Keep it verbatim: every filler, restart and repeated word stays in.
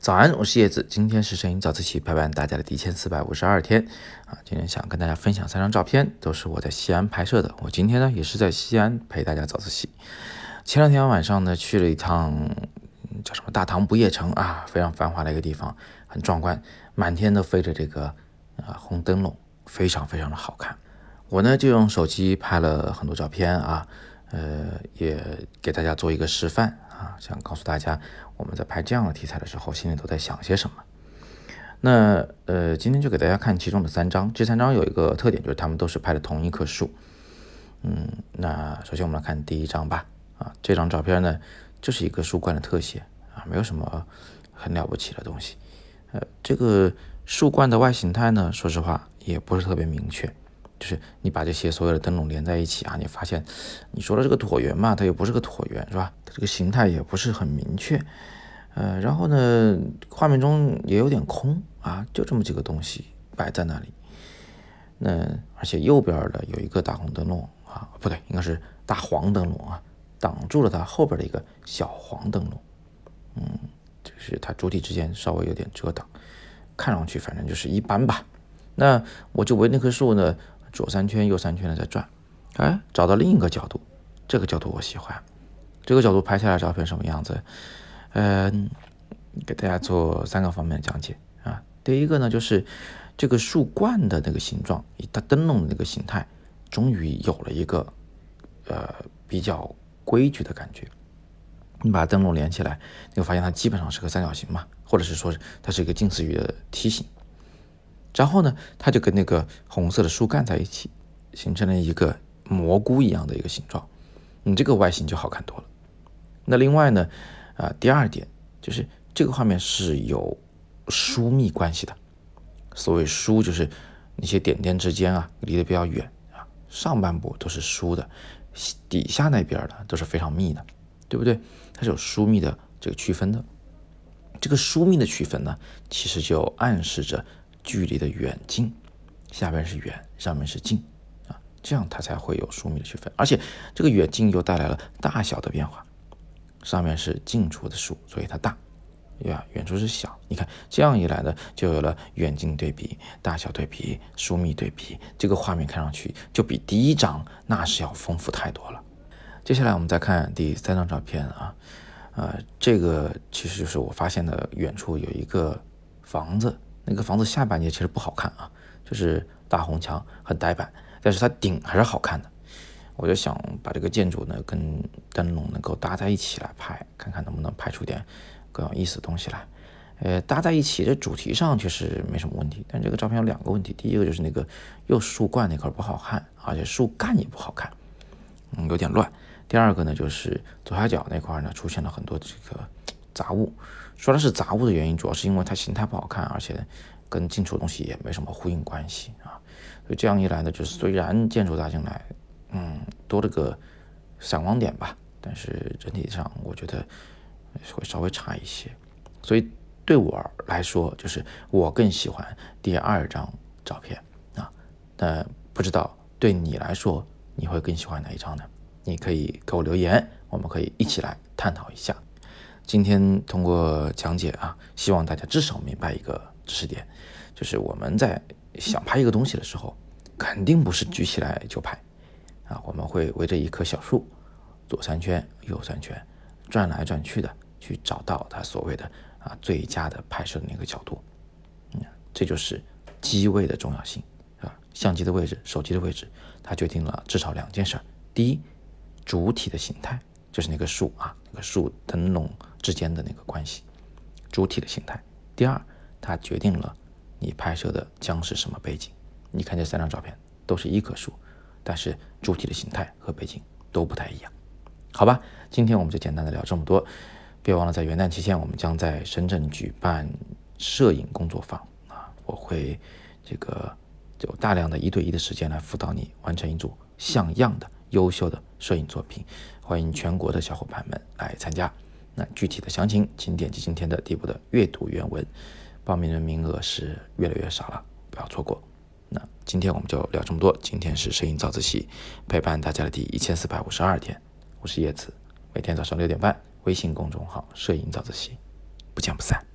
早安，我是叶子，今天是摄影早自习陪伴大家的第一千四百五十二天啊。今天想跟大家分享三张照片，都是我在西安拍摄的。我今天呢也是在西安陪大家早自习。前两天晚上呢去了一趟叫什么大唐不夜城啊，非常繁华的一个地方，很壮观，满天都飞着这个啊红灯笼，非常非常的好看。我呢就用手机拍了很多照片啊，呃也给大家做一个示范啊，想告诉大家我们在拍这样的题材的时候心里都在想些什么。那呃今天就给大家看其中的三张，这三张有一个特点，就是他们都是拍的同一棵树。嗯，那首先我们来看第一张吧。啊，这张照片呢就是一个树冠的特写啊，没有什么很了不起的东西。呃，这个树冠的外形态呢，说实话也不是特别明确。就是你把这些所有的灯笼连在一起啊，你发现你说的这个椭圆嘛，它又不是个椭圆，是吧？它这个形态也不是很明确。呃，然后呢，画面中也有点空啊，就这么几个东西摆在那里。那而且右边的有一个大红灯笼啊，不对，应该是大黄灯笼啊，挡住了它后边的一个小黄灯笼。嗯，就是它主体之间稍微有点遮挡，看上去反正就是一般吧。那我就围那棵树呢，左三圈右三圈的在转，哎，找到另一个角度，这个角度我喜欢，这个角度拍下来照片什么样子？嗯、呃，给大家做三个方面的讲解啊。第一个呢，就是这个树冠的那个形状，它灯笼的那个形态，终于有了一个呃比较规矩的感觉。你把灯笼连起来，你会发现它基本上是个三角形嘛，或者是说它是一个近似于的梯形。然后呢，它就跟那个红色的树干在一起，形成了一个蘑菇一样的一个形状，你这个外形就好看多了。那另外呢，啊、呃，第二点就是这个画面是有疏密关系的。所谓疏，就是那些点点之间啊离得比较远啊，上半部都是疏的，底下那边呢都是非常密的，对不对？它是有疏密的这个区分的。这个疏密的区分呢，其实就暗示着距离的远近，下边是远，上面是近啊，这样它才会有疏密的区分。而且这个远近又带来了大小的变化，上面是近处的树，所以它大，呀，远处是小。你看这样一来呢，就有了远近对比、大小对比、疏密对比，这个画面看上去就比第一张那是要丰富太多了。接下来我们再看第三张照片啊。呃，这个其实就是我发现的，远处有一个房子，那个房子下半截其实不好看啊，就是大红墙，很呆板，但是它顶还是好看的。我就想把这个建筑呢跟灯笼能够搭在一起来拍，看看能不能拍出点更有意思的东西来。呃，搭在一起这主题上确实没什么问题，但这个照片有两个问题，第一个就是那个右树冠那块不好看，而且树干也不好看，嗯，有点乱。第二个呢，就是左下角那块呢出现了很多这个杂物，说它是杂物的原因，主要是因为它形态不好看，而且跟近处的东西也没什么呼应关系啊。所以这样一来呢，就是虽然建筑搭进来，嗯，多了个闪光点吧，但是整体上我觉得会稍微差一些。所以对我来说，就是我更喜欢第二张照片啊。那不知道对你来说，你会更喜欢哪一张呢？你可以给我留言，我们可以一起来探讨一下。今天通过讲解啊，希望大家至少明白一个知识点，就是我们在想拍一个东西的时候，肯定不是举起来就拍啊，我们会围着一棵小树，左三圈右三圈，转来转去的去找到它所谓的啊最佳的拍摄的那个角度。嗯，这就是机位的重要性啊，相机的位置、手机的位置，它决定了至少两件事。第一，主体的形态，就是那个树啊，那个树灯笼之间的那个关系，主体的形态。第二，它决定了你拍摄的将是什么背景。你看这三张照片都是一棵树，但是主体的形态和背景都不太一样。好吧，今天我们就简单的聊这么多。别忘了在元旦期间，我们将在深圳举办摄影工作坊啊，我会这个有大量的一对一的时间来辅导你完成一组像样的优秀的摄影作品，欢迎全国的小伙伴们来参加。那具体的详情请点击今天的底部的阅读原文，报名的名额是越来越少了，不要错过。那今天我们就聊这么多，今天是摄影早自习陪伴大家的第一千四百五十二天，我是叶子，每天早上六点半，微信公众号摄影早自习，不见不散。